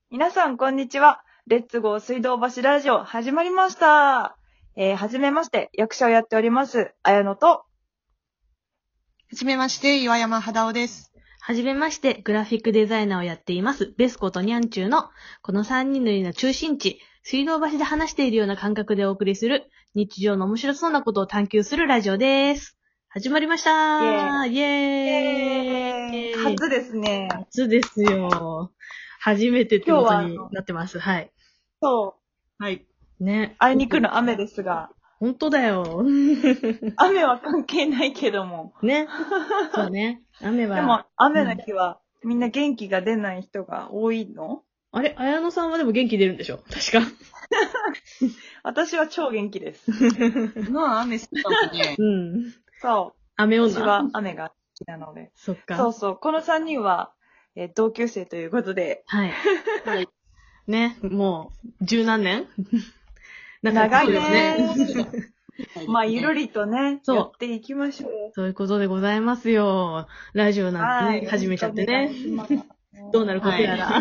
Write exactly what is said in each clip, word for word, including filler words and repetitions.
皆さん、こんにちは。レッツゴー水道橋ラジオ、始まりました。えー、はじめまして、役者をやっております、綾野と、 はじめまして、岩山肌夫です。 はじめまして、グラフィックデザイナーをやっています、ベスコとニャンチューの、このさんにんのりの中心地、水道橋で話しているような感覚でお送りする、日常の面白そうなことを探求するラジオです。始まりましたーイェーイイエーイ初ですね。 初ですよ。初めてってことになってます。はい。 そう。 はい。 ね。 あいにくの雨ですが。 本当だよ。 雨は関係ないけども。 ね。そうね。雨は。 でも、雨の日は、みんな元気が出ない人が多いの？ あれ綾野さんはでも元気出るんでしょ確か。 私は超元気です。 のは雨好きかもね。 うん。 そう。 雨女。 私は雨が好きなので。 そっか。 そうそう。このさんにんは、えー、同級生ということで。 はい。 はい。 ね、もう、十何年長いね。 まあ、ゆるりとね、 そうやっていきましょう。 そういうことでございますよ。ラジオなんてね、始めちゃってね。どうなることやら。はい、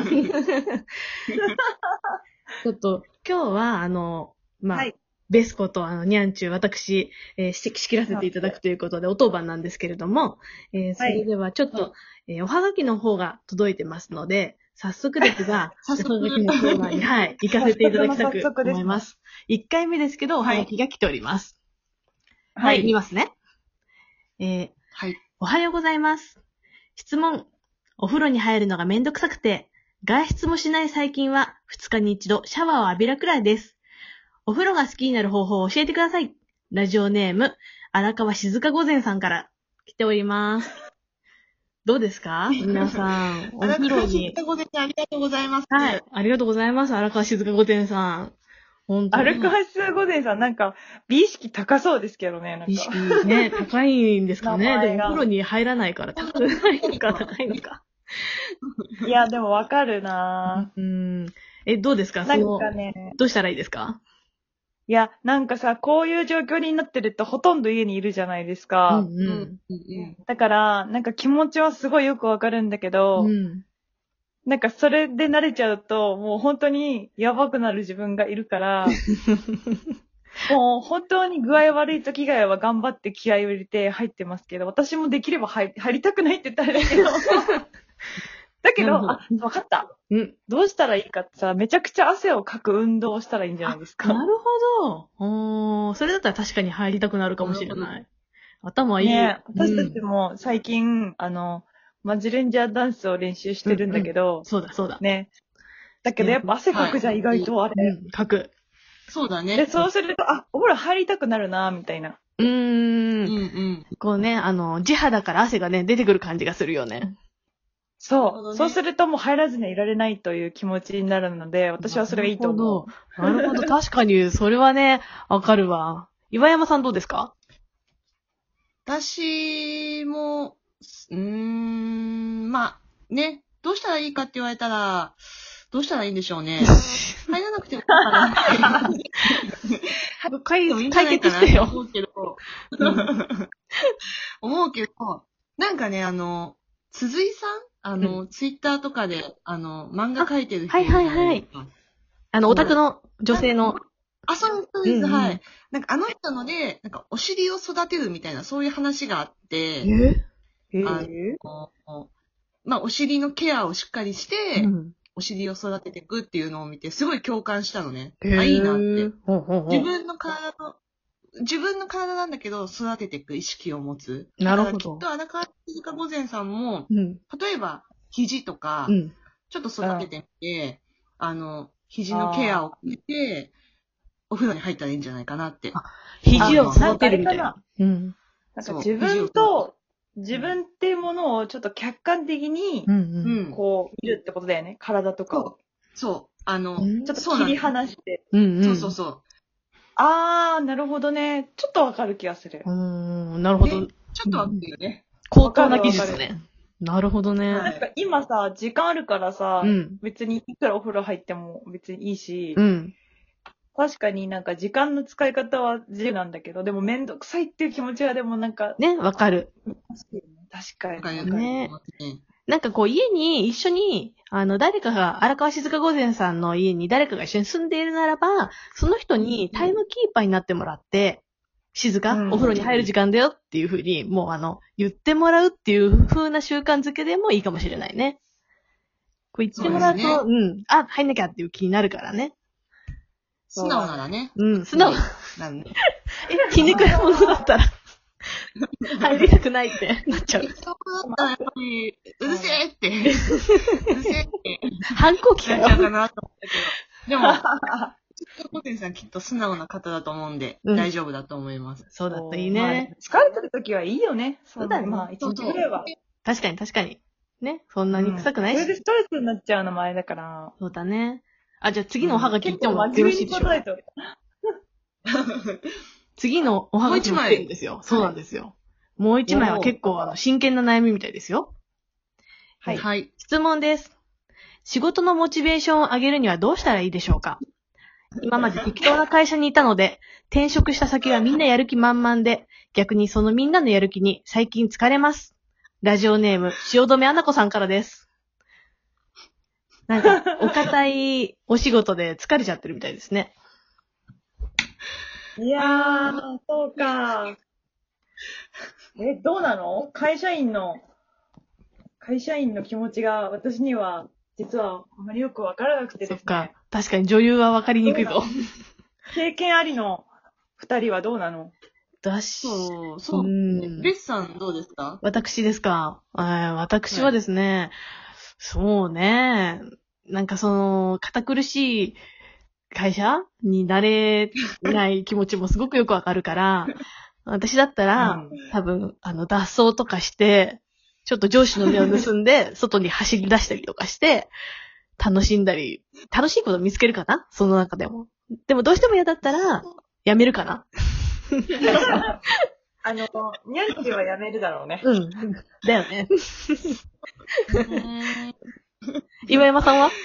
ちょっと、今日は、あの、まあ、はい、ベスコとあの、ニャンチュー、私、えー、仕切らせていただくということで、お当番なんですけれども、えー、それではちょっと、はい、えー、おはがきの方が届いてますので、早速ですが、早速おはがきのコーナーに、はい、行かせていただきたく思います。いっかいめですけど、おはがきが来ております。はい、はい、見ますね。えー、はい。おはようございます。質問。お風呂に入るのがめんどくさくて、外出もしない最近はふつかに一度シャワーを浴びるくらいです。お風呂が好きになる方法を教えてください。ラジオネーム、荒川静香御前さんから来ております。どうですか皆さん。 お風呂に。荒川静香御前さんありがとうございます。 はい。ありがとうございます。荒川静香御前さん。 本当に。荒川静香御前さん、なんか、美意識高そうですけどね、なんか。 美意識ね、高いんですかね。でもお風呂に入らないから高くないのか高いのか。 いや、でもわかるなぁ。 うん。え、どうですかなんかね。 どうしたらいいですかいや、なんかさ、こういう状況になってるとほとんど家にいるじゃないですか。 うんうんうん、 だから、なんか気持ちはすごいよくわかるんだけど、うん、なんかそれで慣れちゃうと、もう本当にやばくなる自分がいるから、もう本当に具合悪い時以外は頑張って気合を入れて入ってますけど、私もできれば入入りたくないって言ったらあれだけど、だけど、あ、わかった。うん。どうしたらいいかってさ、めちゃくちゃ汗をかく運動をしたらいいんじゃないですか。 なるほど。おー、それだったら確かに入りたくなるかもしれない。頭いい。 ね、私たちも最近、うん、あの、マジレンジャーダンスを練習してるんだけど、 うんうん、そうだそうだ。 ね。だけどやっぱ汗かくじゃん、はい、意外とあれ。 うん、かく。 そうだね。 で、そうすると、あ、お風呂入りたくなるな、みたいな。 うーん。うんうん。こうね、あの、地肌から汗がね、出てくる感じがするよね。 そう、ね。そうするともう入らずにはいられないという気持ちになるので、私はそれがいいと思う。 なるほど。なるほど。確かに、それはね、わかるわ。岩山さんどうですか？ 私も、うーん、まあ、ね、どうしたらいいかって言われたら、どうしたらいいんでしょうね。入らなくてもいいかな解決してよ。 思うけど、うん、思うけど、なんかね、あの、鈴井さんあの、うん、ツイッターとかで、あの、漫画描いてる人いるじゃないですか。はいはいはい。 あの、オタクの女性の。 あ、そうです、うんうん、はい。なんかあの人ので、なんかお尻を育てるみたいな、そういう話があって、 えあの、まあ、お尻のケアをしっかりして、うん、お尻を育てていくっていうのを見て、すごい共感したのね。あ、いいなって。ほうほうほう。自分の体の、自分の体なんだけど、育てていく意識を持つ。 なるほど。 きっと荒川静香御前さんも、うん、例えば、肘とか、うん、ちょっと育ててみて、うん、あの、肘のケアを見て、お風呂に入ったらいいんじゃないかなって。 肘を育てるみたいな。 うん。なんか自分と、自分っていうものをちょっと客観的に、こう、見るってことだよね。体とかを。 そう。そう。あの、 ちょっと切り離して。 うんうん、そうそうそう。 あー、なるほどね。ちょっとわかる気がする。 うーん、なるほど。 ちょっとわかるよね。 高等な技術ね。なるほどね。 なんか今さ、時間あるからさ、うん、別にいくらお風呂入っても別にいいし、うん、確かになんか時間の使い方は自由なんだけど、でもめんどくさいっていう気持ちはでもなんか。 ね、わかる。 確かに。 わかるね。 なんかこう家に一緒に、あの、誰かが、荒川静香御前さんの家に誰かが一緒に住んでいるならば、その人にタイムキーパーになってもらって、静香、うん、お風呂に入る時間だよっていう風に、もうあの、言ってもらうっていう風な習慣づけでもいいかもしれないね。こう言ってもらうと、うね、うん、あ、入んなきゃっていう気になるからね。 素直ならね。 うん、素直。なんで。え、ひねくれ者だったら。入りたくないってなっちゃう。そうだったらやっぱり、 うるせえって。うるせえって。 反抗期なっちゃうかなと思ったけど。でも、コテンさんきっと素直な方だと思うんで、うん、大丈夫だと思います。 そうだといいね。 まあ、疲れてる時はいいよね。そうだね。まあ、一日ぐらいは。 確かに確かに。ね。そんなに臭くないし、うん。 それでストレスになっちゃうの前だから。 そうだね。あ、じゃあ次のおはがき言ってもよろしいでしょうか。次のおはがきも来てるんですよ。そうなんですよ。もう一枚は結構あの真剣な悩みみたいですよ。 はい。はい。 質問です。仕事のモチベーションを上げるにはどうしたらいいでしょうか？今まで適当な会社にいたので、転職した先はみんなやる気満々で、逆にそのみんなのやる気に最近疲れます。ラジオネーム、汐留アナ子さんからです。なんか、お堅いお仕事で疲れちゃってるみたいですね。 いやー、そうか。え、どうなの？会社員の、会社員の気持ちが私には、実はあまりよくわからなくてですね。そっか。 確かに女優はわかりにくいぞ。 経験ありの二人はどうなの？ だし。 そう、そう。うん。ベスさんどうですか？ 私ですか。えー、私はですね、はい、そうね。なんかその、堅苦しい会社になれない気持ちもすごくよくわかるから、私だったら、うん、多分、あの、脱走とかして、ちょっと上司の目を盗んで、外に走り出したりとかして、楽しんだり、楽しいこと見つけるかな？その中でも。でもどうしても嫌だったら、やめるかな？ あの、ニャンチはやめるだろうね。 うん。だよね。岩山さんは？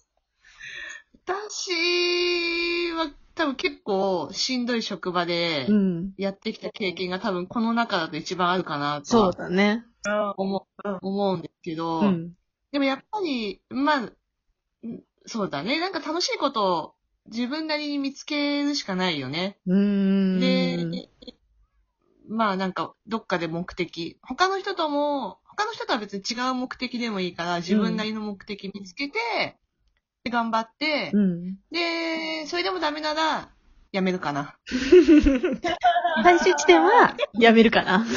私は多分結構しんどい職場でやってきた経験が多分この中だと一番あるかなとそうだね。 思う、思うんですけど、うん、でもやっぱり、まあ、そうだね。なんか楽しいことを自分なりに見つけるしかないよね。 うーんで、まあなんかどっかで目的、他の人とも、他の人とは別に違う目的でもいいから自分なりの目的見つけて、で頑張って、うん、で、それでもダメならやめるかな。 最終地点はやめるかな。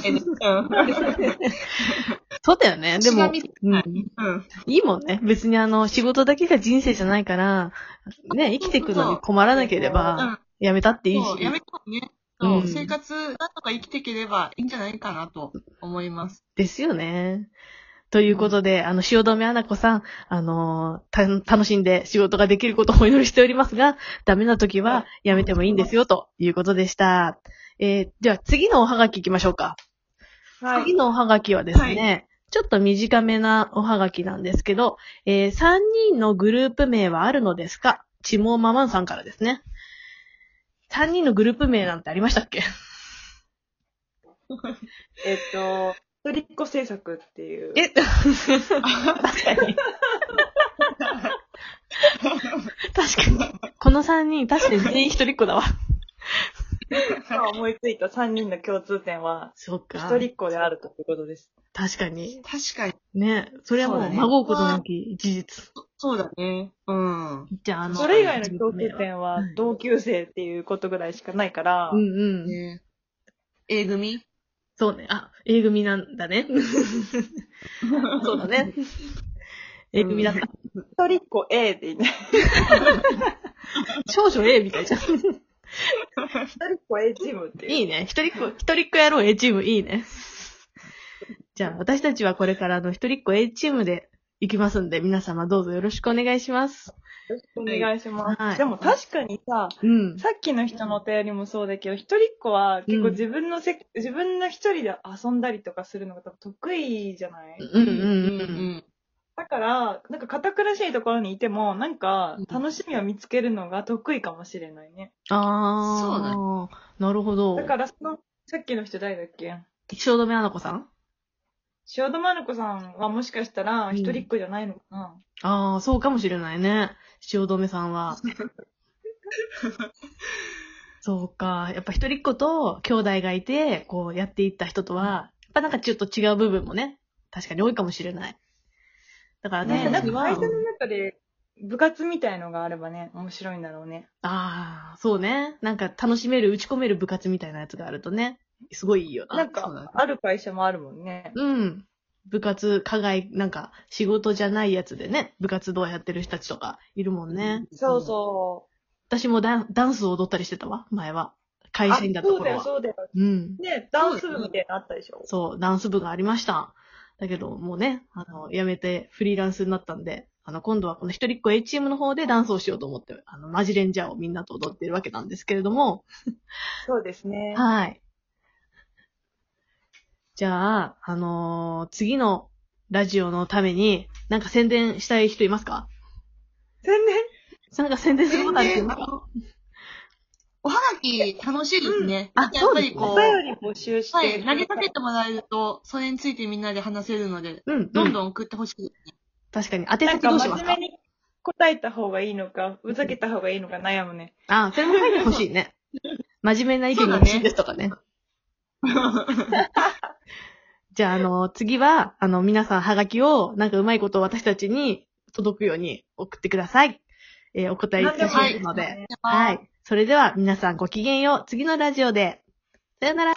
そうだよね。でも、うんうん、いいもんね。別にあの、仕事だけが人生じゃないから、ね、生きていくのに困らなければ、やめたっていいし。 そうやめたね。そう、うん、生活なんとか生きていければいいんじゃないかなと思います。 ですよね。ということで、うん、あの、汐留アナ子さん、あのー、た、楽しんで仕事ができることをお祈りしておりますが、ダメな時はやめてもいいんですよ、ということでした。えー、では次のおはがき行きましょうか。はい。次のおはがきはですね、はい、ちょっと短めなおはがきなんですけど、えー、さんにんのグループ名はあるのですか？ちもままんさんからですね。さんにんのグループ名なんてありましたっけ？ えっと、一人っ子政策っていう。 え確かに。確かに。このさんにん、確かに全員一人っ子だわ。 思いついたさんにんの共通点は、 そっか。 一人っ子であるということです。 確かに。 確かに。 ね。それはもう、孫うことなき事実。 そうだね。うん。 じゃあ、あの、 それ以外の共通点は、同級生っていうことぐらいしかないから。 うんうん。 ね、A 組？ そうね。あ、A 組なんだね。そうだね。A 組だった。 一人っ子 A って言って。 少女 A みたいじゃん。 一人っ子 A チームっていう。 いいね。一人っ子、一人っ子やろう A チームいいね。じゃあ、私たちはこれからの一人っ子 A チームで行きますんで、皆様どうぞよろしくお願いします。 よろしくお願いします。はい、でも確かにさ、うん、さっきの人のお便りもそうだけど、一人っ子は結構自分のせ、うん、自分の一人で遊んだりとかするのが多分得意じゃない？ うんうんうんうん。 だから、なんか堅苦しいところにいても、なんか楽しみを見つけるのが得意かもしれないね。 うん、ああ、そうだね。なるほど。 だからその、さっきの人誰だっけ？ 汐留アナ子さん？ 塩戸まる子さんはもしかしたら一人っ子じゃないのかな、 うん、ああ、そうかもしれないね。塩留さんは。そうか。やっぱ一人っ子と兄弟がいて、こうやっていった人とは、やっぱなんかちょっと違う部分もね、確かに多いかもしれない。だからね、 ねなんか会社の中で部活みたいのがあればね、面白いんだろうね。 ああ、そうね。なんか楽しめる、打ち込める部活みたいなやつがあるとね、すごいいいよな。 なんか、ある会社もあるもんね。 うん。部活、課外、なんか、仕事じゃないやつでね、部活動やってる人たちとかいるもんね。 そうそう。 私もダンダンスを踊ったりしてたわ、前は。会社員だった頃は。 そうだよ、そうだよ。 うん。 ね、ダンス部みたいなのあったでしょ。 そう、ダンス部がありました。だけど、もうね、あの、辞めてフリーランスになったんで、あの、今度はこの一人っ子 A チームの方でダンスをしようと思って、あの、マジレンジャーをみんなと踊ってるわけなんですけれども。 そうですね。 はい。じゃあ、あのー、次のラジオのために、なんか宣伝したい人いますか？ 宣伝なんか宣伝することありますか？ おはがき楽しいですね。 うん、 あ、やっぱりこう。 お便り募集して。 はい。投げかけてもらえると、それについてみんなで話せるので、 うん、 どんどん送ってほしいですね。 確かに。宛先どうしますか？ 真面目に答えた方がいいのか、ふざけた方がいいのか悩むね。 あ、それも書いてほしいね。真面目な意見が欲しいですとかね。じゃあ、あの、次は、あの、皆さんはがきを、なんかうまいこと私たちに届くように送ってください。えー、お答えいたしますので。はい。それでは皆さんごきげんよう。次のラジオで。さよなら。